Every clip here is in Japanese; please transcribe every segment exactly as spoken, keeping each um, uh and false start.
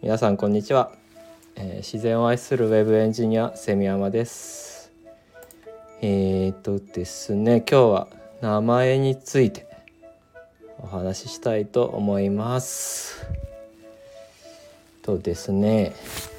皆さんこんにちは、えー、自然を愛するウェブエンジニアセミヤマです。えーとですね今日は名前についてお話ししたいと思います。とですね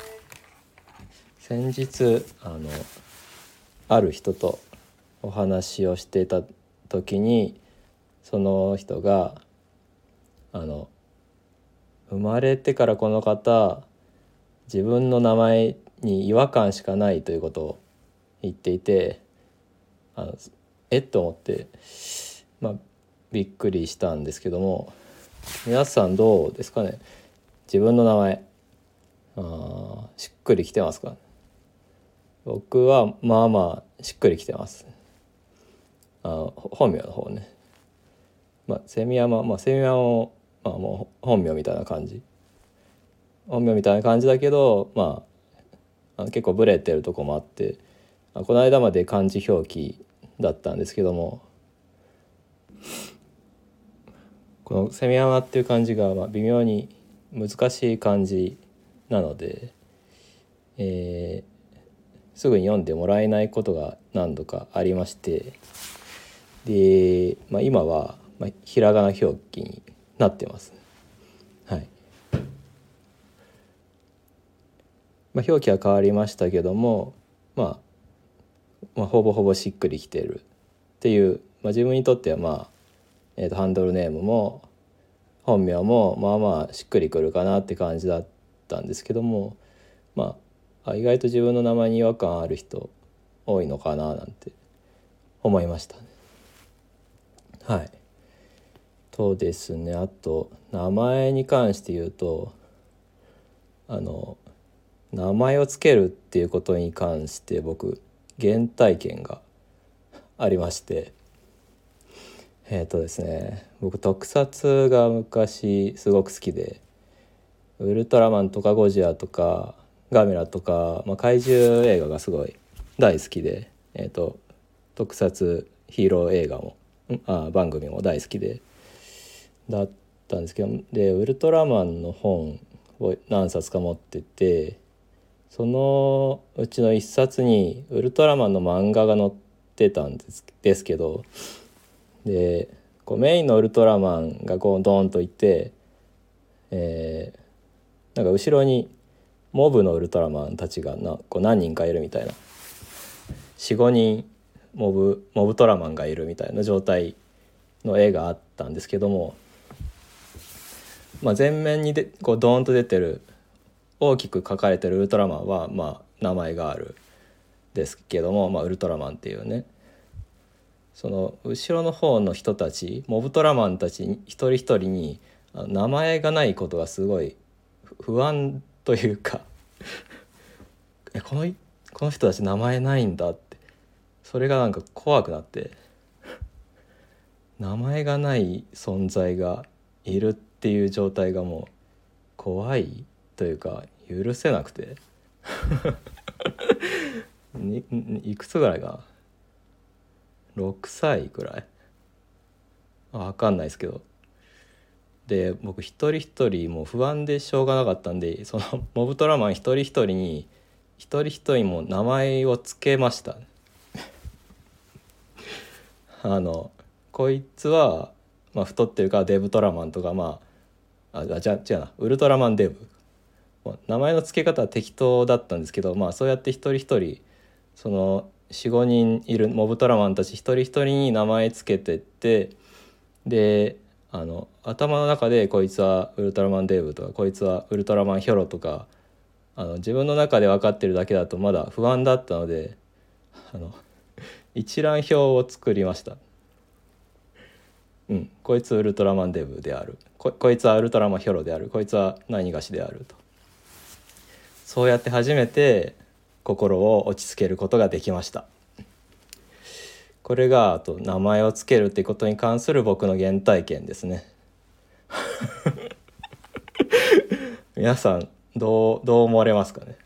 先日あのある人とお話をしていた時にその人があの生まれてからこの方自分の名前に違和感しかないということを言っていて、あのえっと思って、まあ、びっくりしたんですけども、皆さんどうですかね。自分の名前あしっくりきてますか。僕はまあまあしっくりきてます。あ本名の方ね、まあ、セミヤマまあセミヤマも、まあ、もう本名みたいな感じ本名みたいな感じだけど、まあ、あの結構ブレてるとこもあって、この間まで漢字表記だったんですけども、このセミヤマっていう漢字がまあ微妙に難しい漢字なので、えー、すぐに読んでもらえないことが何度かありまして、で、まあ、今はまあひらがな表記になってます。はい。まあ、表記は変わりましたけども、まあ、まあほぼほぼしっくりきてるっていう、まあ、自分にとってはまあ、えーと、ハンドルネームも本名もまあまあしっくりくるかなって感じだったんですけども、まあ意外と自分の名前に違和感ある人多いのかななんて思いましたね。はい。とですね、あと名前に関して言うと、あの名前をつけるっていうことに関して僕原体験がありまして、えっとですね僕特撮が昔すごく好きで、ウルトラマンとかゴジラとかガメラとか、まあ、怪獣映画がすごい大好きで、えっと特撮ヒーロー映画もあ番組も大好きでだったんですけど、でウルトラマンの本を何冊か持ってて、そのうちの一冊にウルトラマンの漫画が載ってたんですですけど、でこうメインのウルトラマンがこうドーンといて、えー、なんか後ろにモブのウルトラマンたちがなこう何人かいるみたいな、 よん,ご 人モブモブトラマンがいるみたいな状態の絵があったんですけども、まあ、前面にでこうドーンと出てる大きく書かれてるウルトラマンはまあ名前があるですけども、まあ、ウルトラマンっていうね、その後ろの方の人たちモブトラマンたち一人一人に名前がないことがすごい不安というかえこのこの人たち名前ないんだって、それがなんか怖くなって、名前がない存在がいるっていう状態がもう怖いというか許せなくてにいくつぐらいかな、ろくさいぐらいあ分かんないですけど、で僕一人一人もう不安でしょうがなかったんで、そのモブトラマン一人一人に一人一人も名前をつけました。あのこいつは、まあ、太ってるからデブトラマンとか、まああじゃ違うなウルトラマンデブ、名前の付け方は適当だったんですけど、まあそうやって一人一人その よん,ご 人いるモブトラマンたち一人一人に名前つけてって、であの頭の中でこいつはウルトラマンデブとかこいつはウルトラマンヒョロとか、あの自分の中で分かってるだけだとまだ不安だったので、あの一覧表を作りました。うん、こいつウルトラマンデブである、 こ, こいつはウルトラマンヒョロである、こいつは何がしであると、そうやって初めて心を落ち着けることができました。これがあと名前をつけるってことに関する僕の原体験ですね皆さんどうどう思われますかね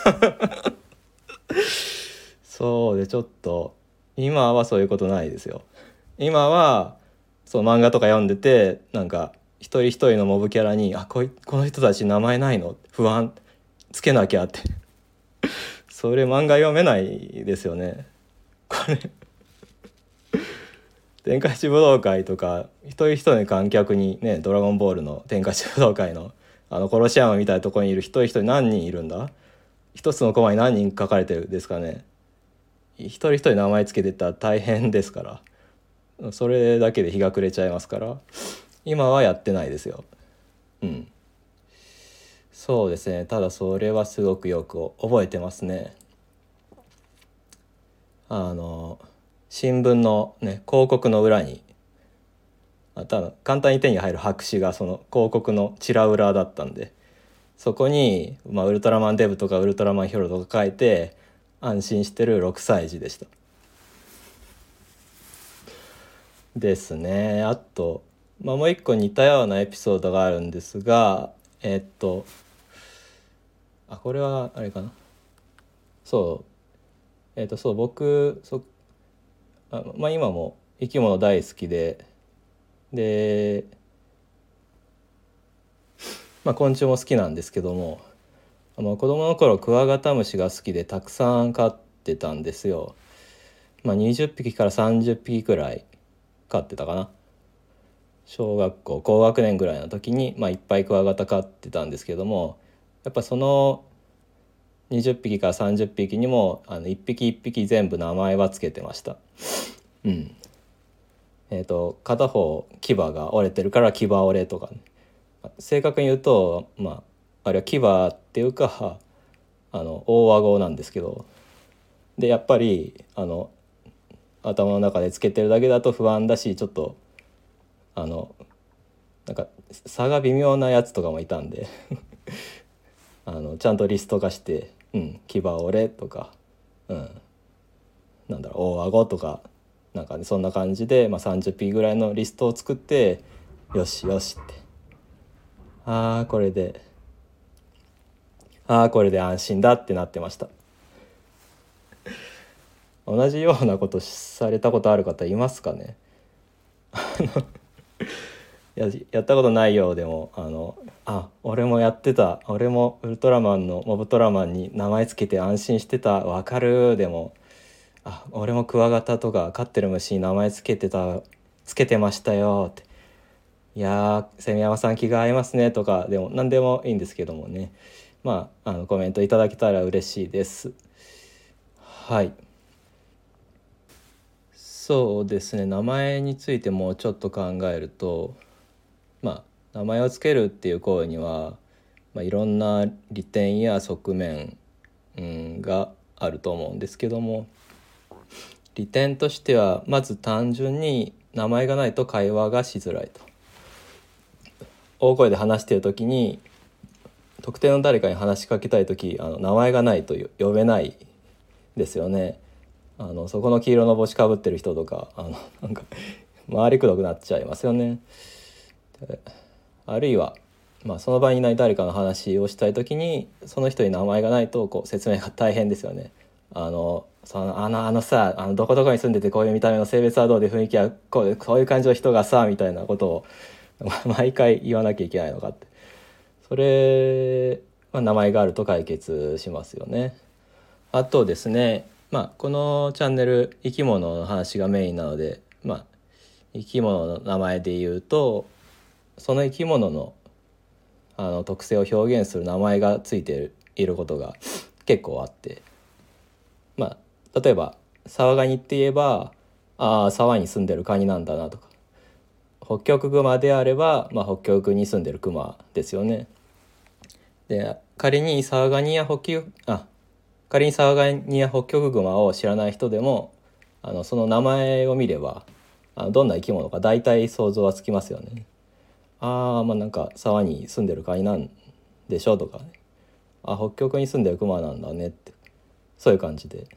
そうでちょっと今はそういうことないですよ。今はそう漫画とか読んでてなんか一人一人のモブキャラにあこいこの人たち名前ないの不安つけなきゃってそれ漫画読めないですよねこれ天下一武道会とか一人一人の観客にねドラゴンボールの天下一武道会のあのコロシアムみたいなところにいる一人一人何人いるんだ一つのコマに何人書かれてるんですかね一人一人名前つけてたら大変ですからそれだけで日が暮れちゃいますから今はやってないですようんそうですねただそれはすごくよく覚えてますねあの新聞のね広告の裏にあただ簡単に手に入る白紙がその広告のちら裏だったんでそこに、まあ、ウルトラマンデブとかウルトラマンヒョロとか書いて安心してるろくさい児でしたですねあと、まあ、もう一個似たようなエピソードがあるんですがえっとあこれはあれかなそうえっとそう僕そあまあ今も生き物大好きででまあ昆虫も好きなんですけどもまあ、子供の頃クワガタムシが好きでたくさん飼ってたんですよ。まあ、にじゅっぴきからさんじゅっぴきくらい飼ってたかな。小学校高学年ぐらいの時に、まあ、いっぱいクワガタ飼ってたんですけどもやっぱそのにじゅっぴきからさんじゅっぴきにもあのいっぴきいっぴき全部名前はつけてました。うんえーと、片方牙が折れてるから牙折れとか、ね、正確に言うとまああれは牙っていうかあの大顎なんですけどでやっぱりあの頭の中でつけてるだけだと不安だしちょっとあのなんか差が微妙なやつとかもいたんであのちゃんとリスト化して「うん牙折れ」とか、うん、なんだろう大顎とかなんかねそんな感じで、まあ、さんじゅっぴきぐらいのリストを作ってよしよしってああこれでああこれで安心だってなってました。同じようなことされたことある方いますかねや, やったことないようでもあのあ俺もやってた俺もウルトラマンのモブトラマンに名前つけて安心してたわかるでもあ俺もクワガタとか飼ってる虫に名前つけてたつけてましたよっていやーセミヤマさん気が合いますねとかでも何でもいいんですけどもねまああのコメントいただけたら嬉しいです。はいそうですね名前についてもうちょっと考えるとまあ名前をつけるっていう行為には、まあ、いろんな利点や側面、うん、があると思うんですけども利点としてはまず単純に名前がないと会話がしづらいと大声で話している時に特定の誰かに話しかけたい時あの名前がないと呼べないですよね。あのそこの黄色の帽子かぶってる人とかあのなんか回りくどくなっちゃいますよね。あるいは、まあ、その場にいない誰かの話をしたい時にその人に名前がないとこう説明が大変ですよね。あのそのあのあのさあのどこどこに住んでてこういう見た目の性別はどうで雰囲気はこうこういう感じの人がさみたいなことを毎回言わなきゃいけないのかってそれ、まあ、名前があると解決しますよね。あとですねまあこのチャンネル生き物の話がメインなのでまあ生き物の名前で言うとその生き物のあの特性を表現する名前がついていることが結構あってまあ例えば沢ガニって言えばああ沢に住んでるカニなんだなとかホッキョクグマであれば、まあ、北極に住んでるクマですよね。で仮に沢ガニやホッキョあ仮に沢ガニやホッキョクグマを知らない人でもあのその名前を見ればあのどんな生き物か大体想像はつきますよね。ああまあなんか沢に住んでるカニなんでしょとか、ね、あ北極に住んでるクマなんだねってそういう感じで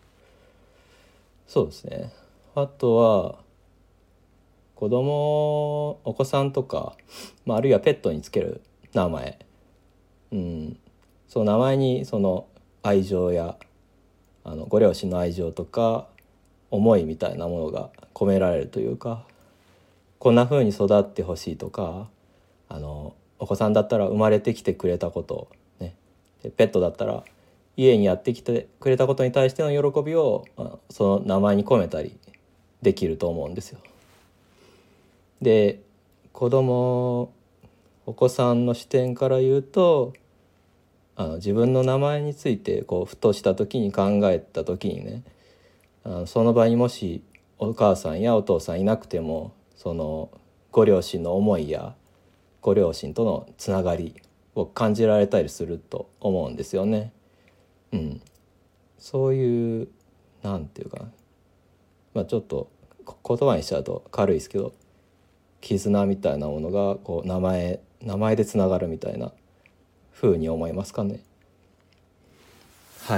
そうですね。あとは子供お子さんとか、まあ、あるいはペットにつける名前、うん、その名前にその愛情やあのご両親の愛情とか思いみたいなものが込められるというかこんな風に育ってほしいとかあのお子さんだったら生まれてきてくれたこと、ね、でペットだったら家にやってきてくれたことに対しての喜びをその名前に込めたりできると思うんですよ。で子供お子さんの視点から言うとあの自分の名前についてこうふとした時に考えた時にねあのその場にもしお母さんやお父さんいなくてもそのご両親の思いやご両親とのつながりを感じられたりすると思うんですよね。うん、そういうなんていうかな、まあ、ちょっと言葉にしちゃうと軽いですけど絆みたいなものがこう名前名前でつながるみたいな風に思いますかね。はい。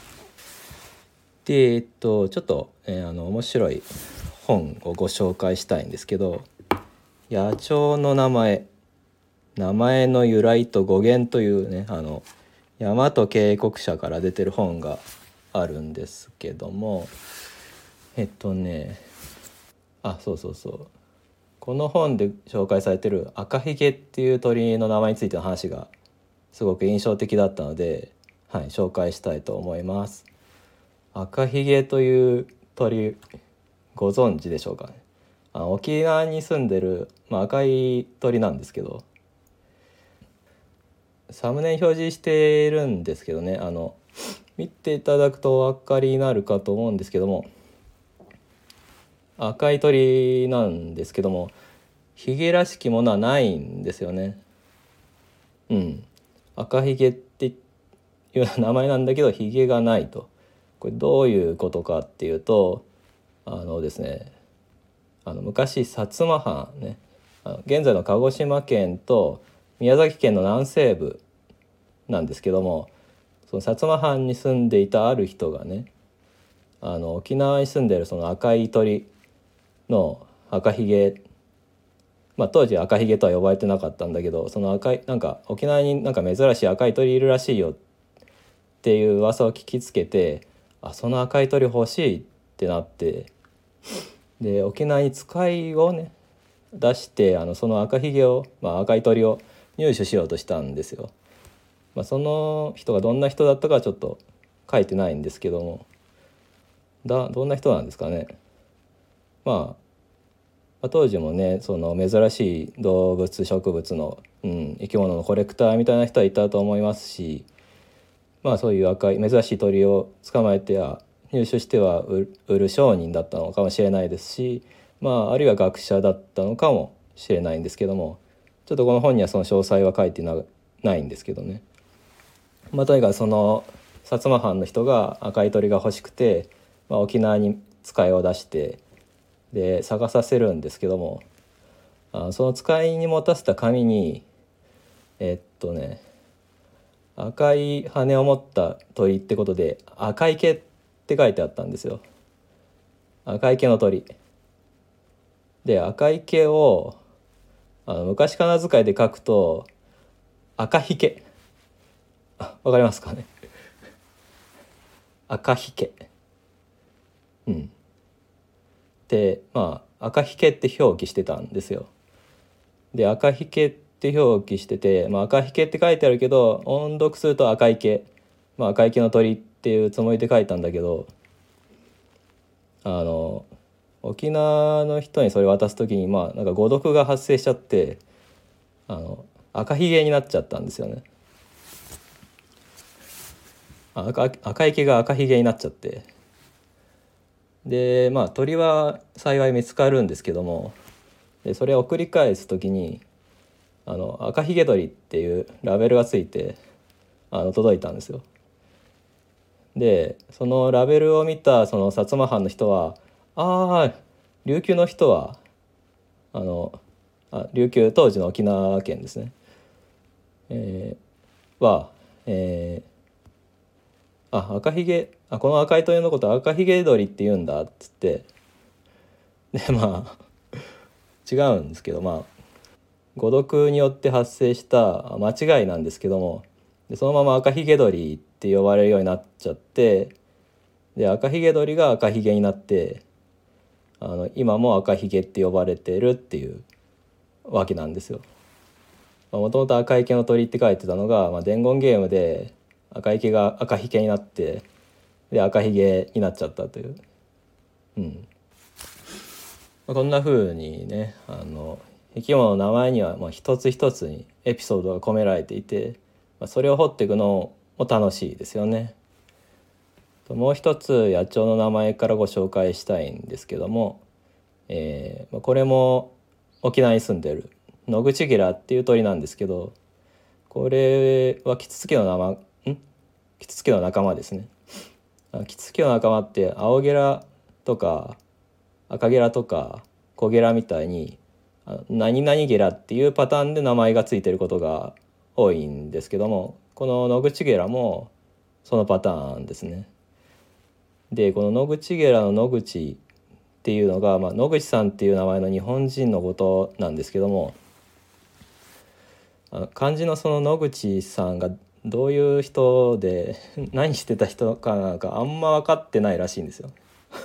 でえっとちょっと、えー、あの面白い本をご紹介したいんですけど「野鳥の名前名前の由来と語源」というねあの大和渓谷社から出てる本があるんですけどもえっとねあそうそうそうこの本で紹介されてる赤ひげっていう鳥の名前についての話がすごく印象的だったので、はい、紹介したいと思います。赤ひげという鳥ご存知でしょうかね。あの沖縄に住んでる、まあ、赤い鳥なんですけどサムネに表示しているんですけどねあの見ていただくとお分かりになるかと思うんですけども赤い鳥なんですけどもひげらしきものはないんですよね。うん、赤ひげっていう名前なんだけどひげがないと。これどういうことかっていうとあのですねあの昔薩摩藩ねあの現在の鹿児島県と宮崎県の南西部なんですけどもその薩摩藩に住んでいたある人がねあの沖縄に住んでるその赤い鳥の赤ひげまあ当時赤ひげとは呼ばれてなかったんだけどその赤いなんか沖縄になんか珍しい赤い鳥いるらしいよっていう噂を聞きつけてあその赤い鳥欲しいってなってで沖縄に使いをね出してあのその赤ひげを、まあ、赤い鳥を入手しようとしたんですよ。まあ、その人がどんな人だったかはちょっと書いてないんですけどもだどんな人なんですかね。まあ、まあ、当時もねその珍しい動物植物の、うん、生き物のコレクターみたいな人はいたと思いますしまあそういう赤い珍しい鳥を捕まえては入手しては売る商人だったのかもしれないですし、まあ、あるいは学者だったのかもしれないんですけどもちょっとこの本にはその詳細は書いて な, ないんですけどね、まあ、とにかくその薩摩藩の人が赤い鳥が欲しくて、まあ、沖縄に使いを出してで探させるんですけどもあその使いに持たせた紙にえっとね赤い羽を持った鳥ってことで赤池って書いてあったんですよ。赤池の鳥で赤池をあの昔仮名遣いで書くと赤ひけわかりますかね。赤ひけうんでまあ赤ひけって表記してたんですよ。で赤ひけって表記してて、まあ、赤ひけって書いてあるけど音読すると赤池、まあ、赤池の鳥っていうつもりで書いたんだけどあの沖縄の人にそれ渡す時にまあなんか誤読が発生しちゃってあの赤ひげになっちゃったんですよね。赤赤池が赤ひげになっちゃってでまあ鳥は幸い見つかるんですけどもでそれを送り返す時にあの赤ひげ鳥っていうラベルがついてあの届いたんですよ。でそのラベルを見たその薩摩藩の人はああ琉球の人はあのあ琉球当時の沖縄県ですね、えー、は、えー、あ赤ひげあこの赤い鳥のこと赤ひげ鳥って言うんだっつってでまあ違うんですけどまあ誤読によって発生した間違いなんですけどもでそのまま赤ひげ鳥って呼ばれるようになっちゃってで赤ひげ鳥が赤ひげになってあの今も赤ひげって呼ばれてるっていうわけなんですよ。 もともと赤池の鳥って書いてたのが、まあ、伝言ゲームで赤池が赤ひげになってで赤ひげになっちゃったという、うんまあ、こんな風にねあの生き物の名前にはまあ一つ一つにエピソードが込められていて、まあ、それを掘っていくのも楽しいですよね。もう一つ野鳥の名前からご紹介したいんですけども、えー、これも沖縄に住んでるノグチゲラっていう鳥なんですけど、これはキツツキの仲間んキツツキの仲間ですね。キツツキの仲間って青ゲラとか赤ゲラとか小ゲラみたいに何々ゲラっていうパターンで名前がついてることが多いんですけども、このノグチゲラもそのパターンですね。でこの野口ゲラの野口っていうのが、まあ、野口さんっていう名前の日本人のことなんですけども、あの漢字のその野口さんがどういう人で何してた人かなんかあんま分かってないらしいんですよ。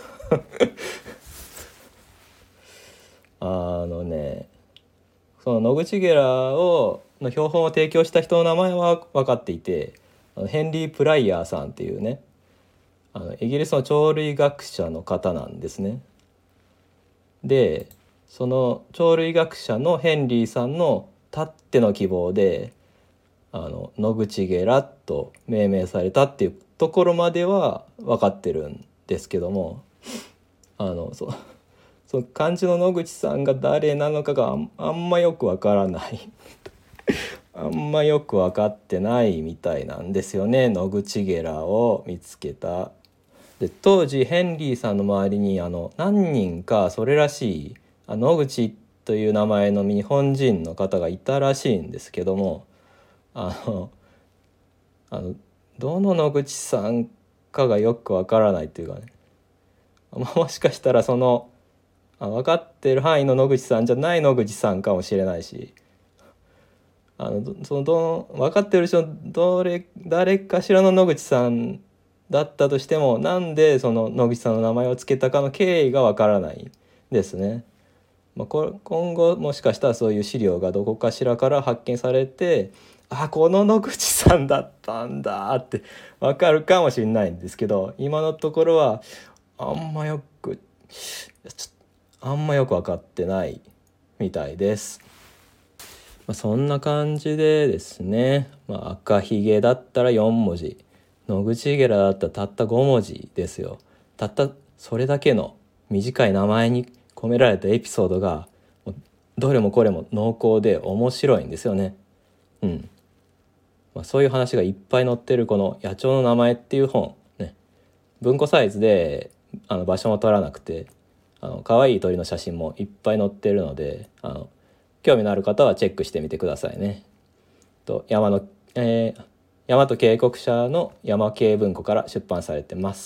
あのねその野口ゲラをの標本を提供した人の名前は分かっていて、ヘンリー・プライヤーさんっていうねあのイギリスの鳥類学者の方なんですね。でその鳥類学者のヘンリーさんのたっての希望であの野口ゲラと命名されたっていうところまでは分かってるんですけども、あのそその漢字の野口さんが誰なのかがあん、あんまよく分からないあんまよく分かってないみたいなんですよね。野口ゲラを見つけたで当時ヘンリーさんの周りにあの何人かそれらしいあ野口という名前の日本人の方がいたらしいんですけども、あのあのどの野口さんかがよくわからないっていうかね、まあ、もしかしたらそのあ分かってる範囲の野口さんじゃない野口さんかもしれないし、あのそのど分かってる人どれ誰かしらの野口さんだったとしてもなんでその野口さんの名前を付けたかの経緯がわからないですね。まあ、こ今後もしかしたらそういう資料がどこかしらから発見されてあこの野口さんだったんだってわかるかもしれないんですけど、今のところはあんまよくあんまよく分かってないみたいです。まあ、そんな感じでですね、まあ、赤ひげだったらよん文字野口ゲラだったらたったご文字ですよ。たったそれだけの短い名前に込められたエピソードがどれもこれも濃厚で面白いんですよね。うん。まあ、そういう話がいっぱい載ってるこの野鳥の名前っていう本ね、文庫サイズであの場所も取らなくてあの可愛い鳥の写真もいっぱい載ってるので、あの興味のある方はチェックしてみてくださいね。と山の、えー大和渓谷社の山系文庫から出版されてます。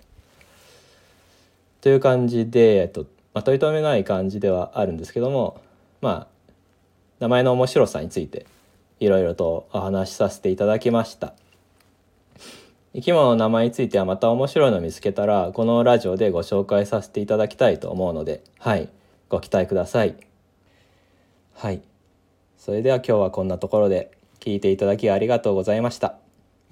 という感じで、えっとまあ、取り留めない感じではあるんですけども、まあ名前の面白さについていろいろとお話しさせていただきました。生き物の名前についてはまた面白いのを見つけたらこのラジオでご紹介させていただきたいと思うので、はいご期待ください。はい、それでは今日はこんなところで聞いていただきありがとうございました。